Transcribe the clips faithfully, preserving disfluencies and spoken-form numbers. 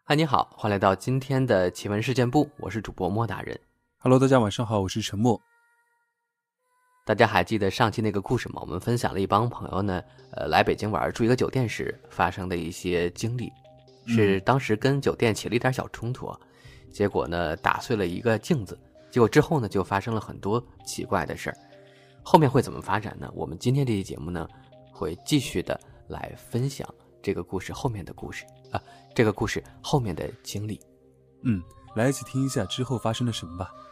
嗨，你好，欢迎来到今天的奇闻事件部，我是主播莫大人。 Hello， 大家晚上好，我是陈默。 大家还记得上期那个故事吗？我们分享了一帮朋友呢，呃，来北京玩，住一个酒店时发生的一些经历，是当时跟酒店起了一点小冲突，结果呢打碎了一个镜子，结果之后呢就发生了很多奇怪的事儿。后面会怎么发展呢？我们今天这期节目呢会继续的来分享这个故事后面的故事啊，这个故事后面的经历。 嗯，来一起听一下之后发生了什么吧。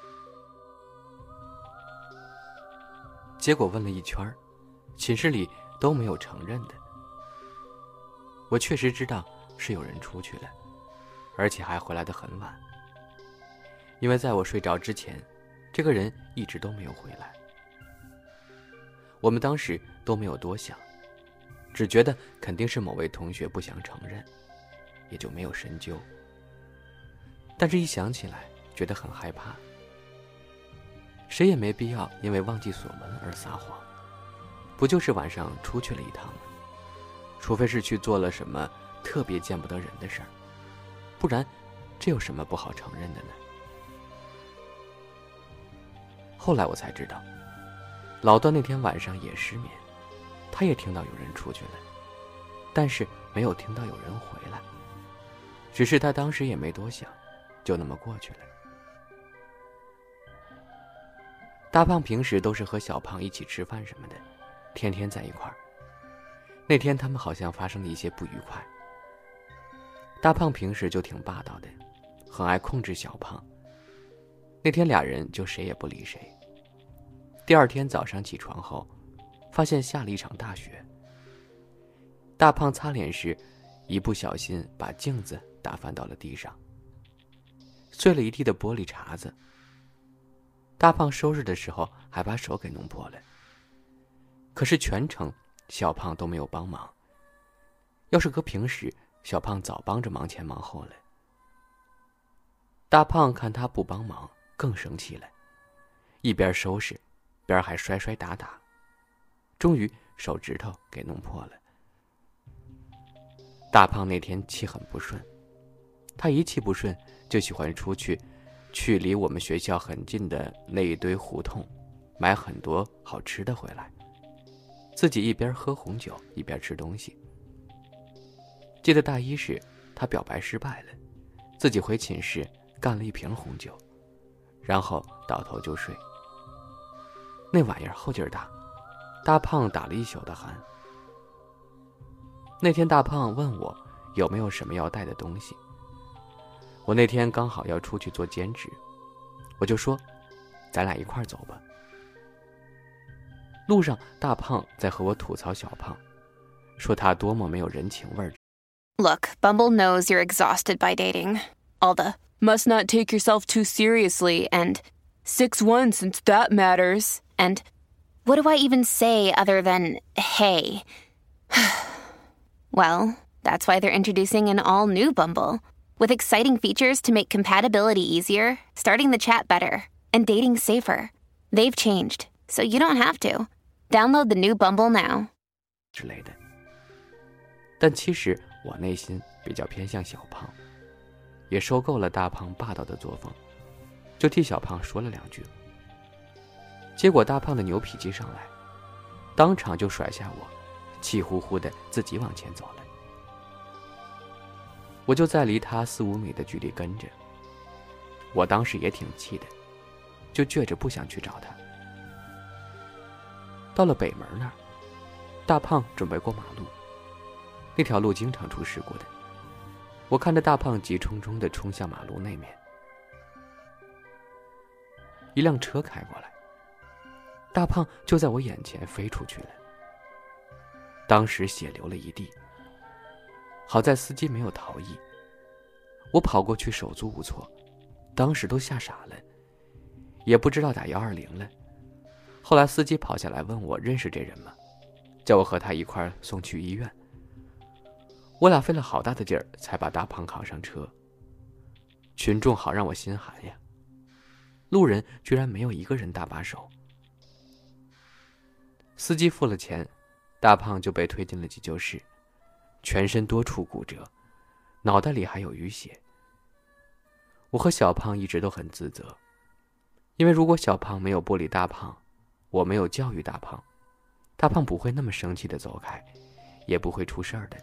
结果问了一圈，寝室里都没有承认的。我确实知道是有人出去了，而且还回来得很晚。因为在我睡着之前，这个人一直都没有回来。我们当时都没有多想，只觉得肯定是某位同学不想承认，也就没有深究。但是一想起来，觉得很害怕。谁也没必要因为忘记锁门而撒谎，不就是晚上出去了一趟吗？除非是去做了什么特别见不得人的事儿，不然这有什么不好承认的呢？后来我才知道，老段那天晚上也失眠，他也听到有人出去了，但是没有听到有人回来，只是他当时也没多想，就那么过去了。大胖平时都是和小胖一起吃饭什么的，天天在一块儿。那天他们好像发生了一些不愉快。大胖平时就挺霸道的，很爱控制小胖。那天俩人就谁也不理谁。第二天早上起床后，发现下了一场大雪。大胖擦脸时，一不小心把镜子打翻到了地上，碎了一地的玻璃碴子。大胖收拾的时候还把手给弄破了，可是全程小胖都没有帮忙。要是搁平时，小胖早帮着忙前忙后了。大胖看他不帮忙，更生气了，一边收拾，边还摔摔打打，终于手指头给弄破了。大胖那天气很不顺，他一气不顺就喜欢出去去离我们学校很近的那一堆胡同，买很多好吃的回来，自己一边喝红酒一边吃东西。记得大一时，他表白失败了，自己回寝室干了一瓶红酒，然后倒头就睡。那玩意儿后劲儿大，大胖打了一宿的鼾。那天大胖问我有没有什么要带的东西，我那天刚好要出去做兼职，我就说咱俩一块儿走吧。路上大胖在和我吐槽小胖，说他多么没有人情味儿。 Look, Bumble knows you're exhausted by dating. All the must not take yourself too seriously and six one since that matters. And what do I even say other than hey? Well, that's why they're introducing an all-new Bumble.With exciting features to make compatibility easier, starting the chat better, and dating safer. They've changed, so you don't have to. Download the new Bumble now. 之类的。但其实我内心比较偏向小胖，也受够了大胖霸道的作风，就替小胖说了两句。结果大胖的牛脾气上来，当场就甩下我，气呼呼的自己往前走了。我就在离他四五米的距离跟着，我当时也挺气的，就倔着不想去找他。到了北门那儿，大胖准备过马路，那条路经常出事故的。我看着大胖急冲冲地冲向马路那面，一辆车开过来，大胖就在我眼前飞出去了，当时血流了一地。好在司机没有逃逸，我跑过去手足无措，当时都吓傻了，也不知道打一二零了。后来司机跑下来问我认识这人吗，叫我和他一块儿送去医院。我俩费了好大的劲儿才把大胖扛上车。群众好让我心寒呀，路人居然没有一个人搭把手。司机付了钱，大胖就被推进了急救室，全身多处骨折，脑袋里还有淤血， 我和小胖一直都很自责，因为如果小胖没有玻璃大胖，我没有教育大胖，大胖不会那么生气地走开，也不会出事儿的。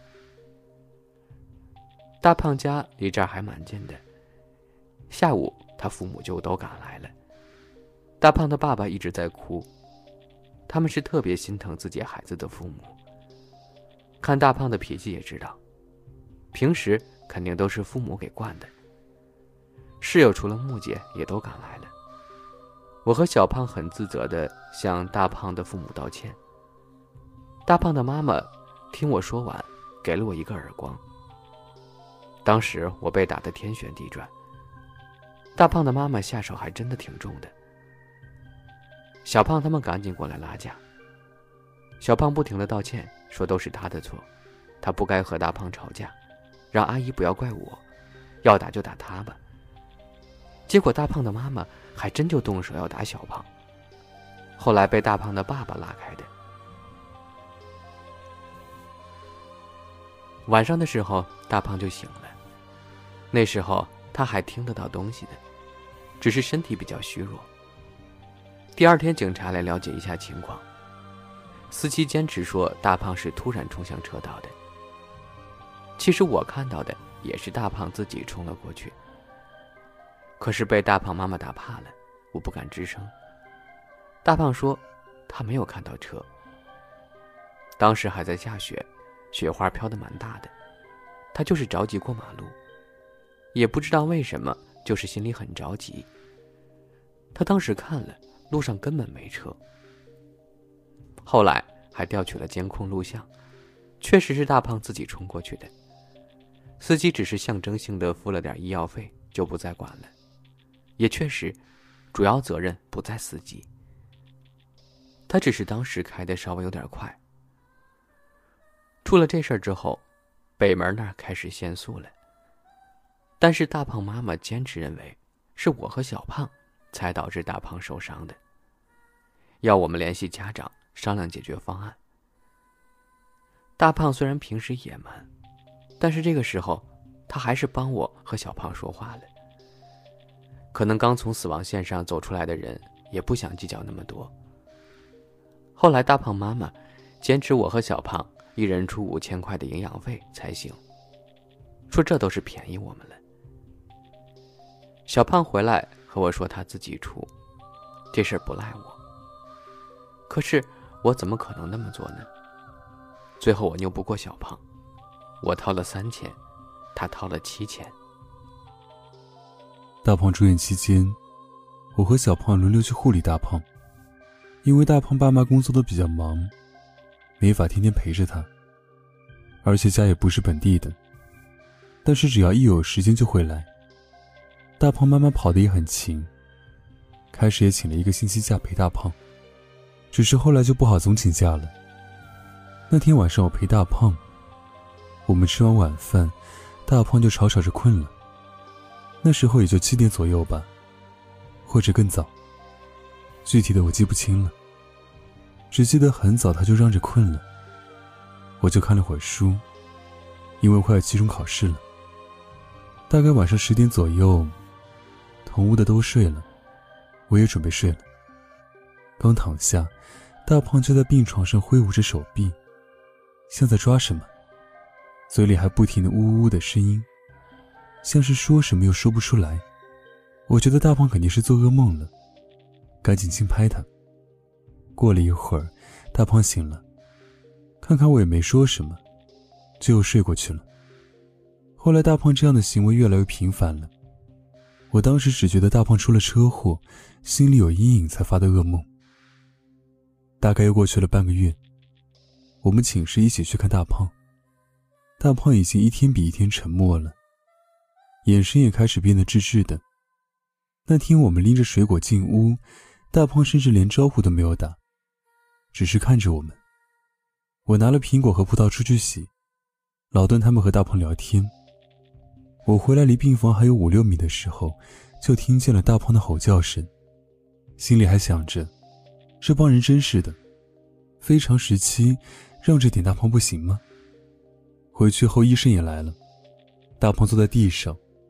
大胖家离这儿还蛮近的，下午他父母就都赶来了。大胖的爸爸一直在哭，他们是特别心疼自己孩子的父母。看大胖的脾气也知道，平时肯定都是父母给惯的。室友除了木姐也都赶来了。我和小胖很自责地向大胖的父母道歉。大胖的妈妈听我说完，给了我一个耳光。当时我被打得天旋地转，大胖的妈妈下手还真的挺重的。小胖他们赶紧过来拉架，小胖不停地道歉，说都是他的错，他不该和大胖吵架，让阿姨不要怪我，要打就打他吧。结果大胖的妈妈还真就动手要打小胖，后来被大胖的爸爸拉开的。晚上的时候，大胖就醒了，那时候他还听得到东西的，只是身体比较虚弱。第二天警察来了解一下情况，司机坚持说大胖是突然冲向车道的。其实我看到的也是大胖自己冲了过去，可是被大胖妈妈打怕了，我不敢吱声。大胖说他没有看到车，当时还在下雪，雪花飘得蛮大的，他就是着急过马路，也不知道为什么，就是心里很着急。他当时看了，路上根本没车。后来还调取了监控录像，确实是大胖自己冲过去的。司机只是象征性的付了点医药费，就不再管了。也确实，主要责任不在司机，他只是当时开的稍微有点快。出了这事儿之后，北门那儿开始限速了。但是大胖妈妈坚持认为是我和小胖才导致大胖受伤的，要我们联系家长商量解决方案。大胖虽然平时野蛮，但是这个时候他还是帮我和小胖说话了。可能刚从死亡线上走出来的人也不想计较那么多。后来大胖妈妈坚持我和小胖一人出五千块的营养费才行，说这都是便宜我们了。小胖回来和我说他自己出，这事儿不赖我。可是我怎么可能那么做呢？最后我拗不过小胖，我掏了三千，他掏了七千。 大胖住院期间，我和小胖轮流去护理大胖，因为大胖爸妈工作都比较忙，没法天天陪着他，而且家也不是本地的，但是只要一有时间就会来。大胖妈妈跑得也很勤，开始也请了一个星期假陪大胖，只是后来就不好总请假了。那天晚上我陪大胖，我们吃完晚饭，大胖就吵吵着困了。那时候也就七点左右吧，或者更早，具体的我记不清了，只记得很早他就嚷着困了。我就看了会儿书，因为快要期中考试了。大概晚上十点左右，同屋的都睡了，我也准备睡了。刚躺下，大胖就在病床上挥舞着手臂，像在抓什么，嘴里还不停的呜呜呜的声音，像是说什么又说不出来。我觉得大胖肯定是做噩梦了，赶紧轻拍他。过了一会儿，大胖醒了，看看我也没说什么，就又睡过去了。后来大胖这样的行为越来越频繁了，我当时只觉得大胖出了车祸，心里有阴影才发的噩梦。大概又过去了半个月，我们寝室一起去看大胖。大胖已经一天比一天沉默了，眼神也开始变得滞滞的。那天我们拎着水果进屋，大胖甚至连招呼都没有打，只是看着我们。我拿了苹果和葡萄出去洗，老段他们和大胖聊天。我回来离病房还有五六米的时候，就听见了大胖的吼叫声，心里还想着，这帮人真是的，非常时期让着点大胖不行吗？回去后医生也来了，大胖坐在地上，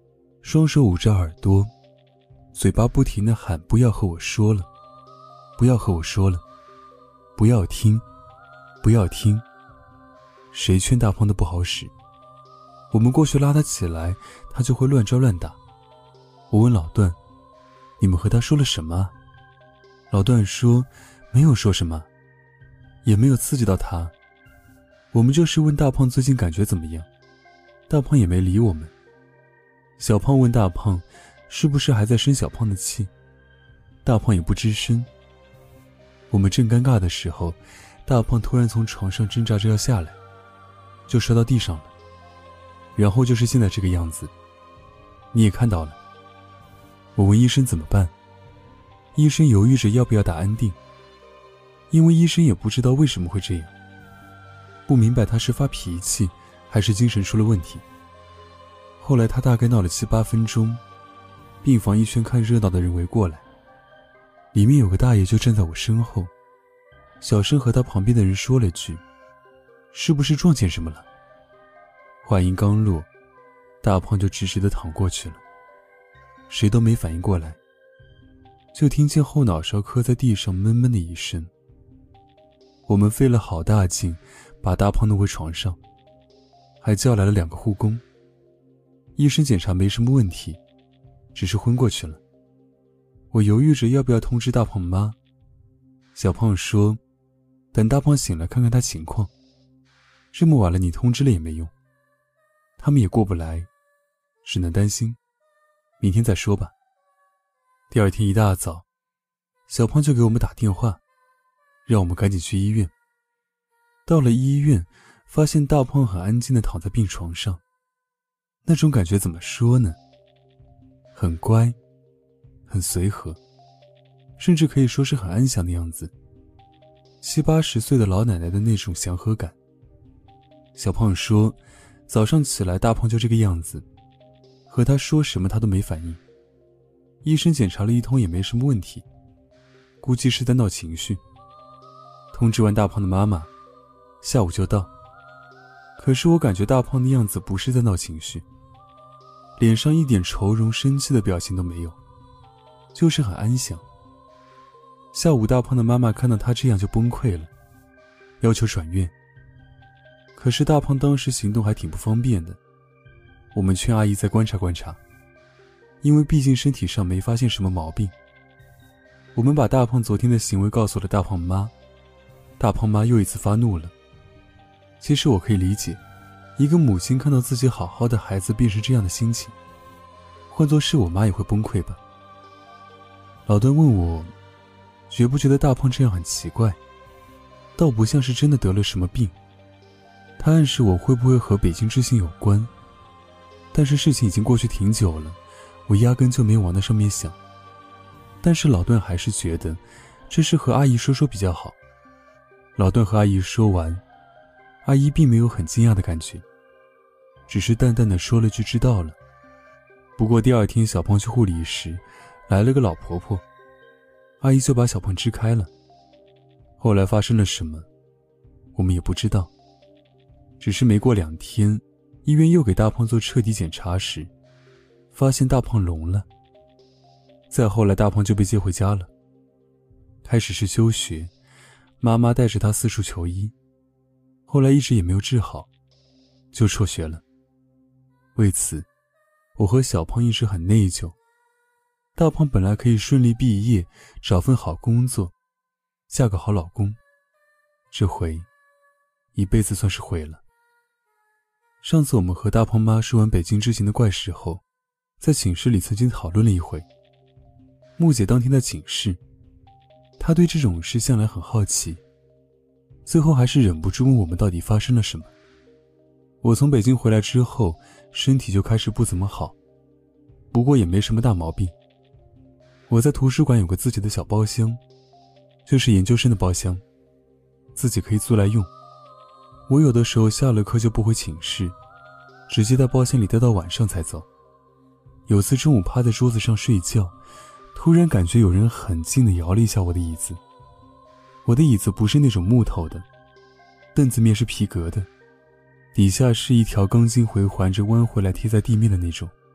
双手捂着耳朵，嘴巴不停地喊不要和我说了，不要和我说了，不要听，不要听。谁劝大胖都不好使，我们过去拉他起来，他就会乱招乱打。我问老段，你们和他说了什么？老段说没有说什么，也没有刺激到他，我们就是问大胖最近感觉怎么样，大胖也没理我们。小胖问大胖是不是还在生小胖的气，大胖也不吱声。我们正尴尬的时候，大胖突然从床上挣扎着要下来，就摔到地上了，然后就是现在这个样子，你也看到了。我问医生怎么办，医生犹豫着要不要打安定，因为医生也不知道为什么会这样，不明白他是发脾气还是精神出了问题。后来他大概闹了七八分钟，病房一圈看热闹的人围过来，里面有个大爷就站在我身后，小声和他旁边的人说了句，是不是撞见什么了？话音刚落，大胖就直直地躺过去了，谁都没反应过来，就听见后脑勺磕在地上闷闷的一声。我们费了好大劲把大胖弄回床上，还叫来了两个护工。医生检查没什么问题，只是昏过去了。我犹豫着要不要通知大胖妈，小胖说等大胖醒了看看他情况，这么晚了你通知了也没用，他们也过不来，只能担心，明天再说吧。第二天一大早，小胖就给我们打电话，让我们赶紧去医院。到了医院，发现大胖很安静地躺在病床上，那种感觉怎么说呢？很乖，很随和，甚至可以说是很安详的样子，七八十岁的老奶奶的那种祥和感。小胖说早上起来大胖就这个样子，和他说什么他都没反应，医生检查了一通也没什么问题，估计是在闹情绪。通知完大胖的妈妈，下午就到。可是我感觉大胖的样子不是在闹情绪，脸上一点愁容生气的表情都没有，就是很安详。下午大胖的妈妈看到他这样就崩溃了，要求转院。可是大胖当时行动还挺不方便的，我们劝阿姨再观察观察，因为毕竟身体上没发现什么毛病。我们把大胖昨天的行为告诉了大胖妈，大胖妈又一次发怒了。其实我可以理解，一个母亲看到自己好好的孩子变成这样的心情，换作是我妈也会崩溃吧。老段问我觉不觉得大胖这样很奇怪，倒不像是真的得了什么病。他暗示我会不会和北京之行有关，但是事情已经过去挺久了，我压根就没往那上面想。但是老段还是觉得这是和阿姨说说比较好。老段和阿姨说完，阿姨并没有很惊讶的感觉，只是淡淡的说了句知道了。不过第二天小胖去护理时，来了个老婆婆，阿姨就把小胖支开了。后来发生了什么，我们也不知道。只是没过两天，医院又给大胖做彻底检查时，发现大胖聋了。再后来大胖就被接回家了，开始是休学，妈妈带着他四处求医，后来一直也没有治好，就辍学了。为此我和小胖一直很内疚。大胖本来可以顺利毕业，找份好工作，嫁个好老公，这回一辈子算是毁了。上次我们和大胖妈说完北京之行的怪事后，在寝室里曾经讨论了一回。木姐当天在寝室，她对这种事向来很好奇，最后还是忍不住问我们到底发生了什么。我从北京回来之后，身体就开始不怎么好，不过也没什么大毛病。我在图书馆有个自己的小包厢，就是研究生的包厢，自己可以租来用。我有的时候下了课就不回寝室，直接在包厢里待到晚上才走。有次中午趴在桌子上睡觉，突然感觉有人很近地摇了一下我的椅子。我的椅子不是那种木头的，凳子面是皮革的，底下是一条钢筋回环着弯回来贴在地面的那种，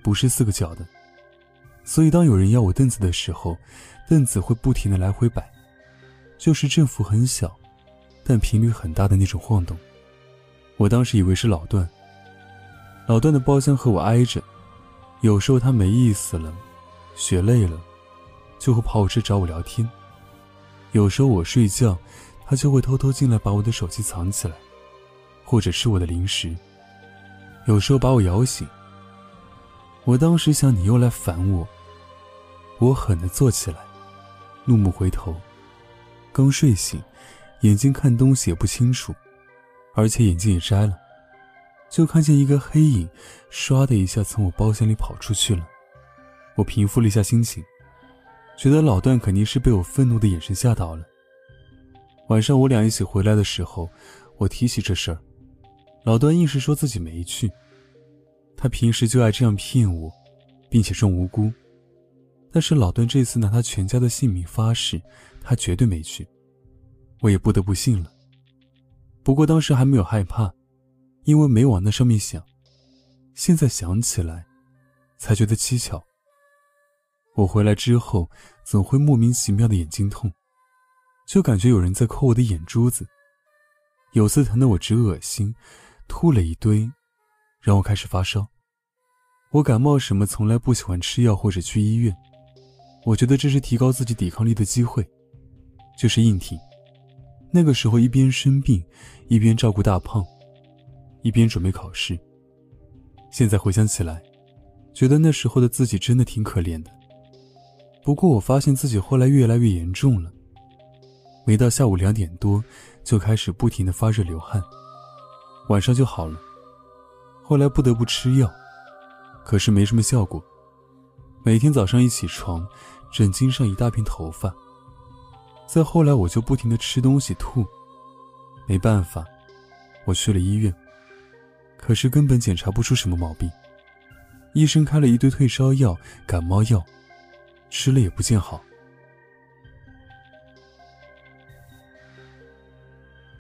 不是四个角的，所以当有人要我凳子的时候，凳子会不停地来回摆，就是振幅很小，但频率很大的那种晃动。我当时以为是老段，老段的包厢和我挨着，有时候他没意思了，学累了，就会跑我这找我聊天。有时候我睡觉，他就会偷偷进来把我的手机藏起来，或者吃我的零食，有时候把我摇醒。我当时想，你又来烦我，我狠地坐起来，怒目回头，刚睡醒，眼睛看东西也不清楚，而且眼镜也摘了，就看见一个黑影唰的一下从我包厢里跑出去了。我平复了一下心情，觉得老段肯定是被我愤怒的眼神吓到了。晚上我俩一起回来的时候，我提起这事儿，老段硬是说自己没去，他平时就爱这样骗我，并且装无辜。但是老段这次拿他全家的性命发誓，他绝对没去，我也不得不信了。不过当时还没有害怕，因为没往那上面想，现在想起来才觉得蹊跷。我回来之后总会莫名其妙的眼睛痛，就感觉有人在抠我的眼珠子，有次疼得我直恶心，吐了一堆，让我开始发烧。我感冒什么从来不喜欢吃药或者去医院，我觉得这是提高自己抵抗力的机会，就是硬挺。那个时候一边生病，一边照顾大胖，一边准备考试。现在回想起来，觉得那时候的自己真的挺可怜的。不过我发现自己后来越来越严重了，每到下午两点多就开始不停地发热流汗，晚上就好了。后来不得不吃药，可是没什么效果。每天早上一起床，枕巾上一大片头发。再后来我就不停地吃东西吐，没办法，我去了医院，可是根本检查不出什么毛病。医生开了一堆退烧药、感冒药，吃了也不见好。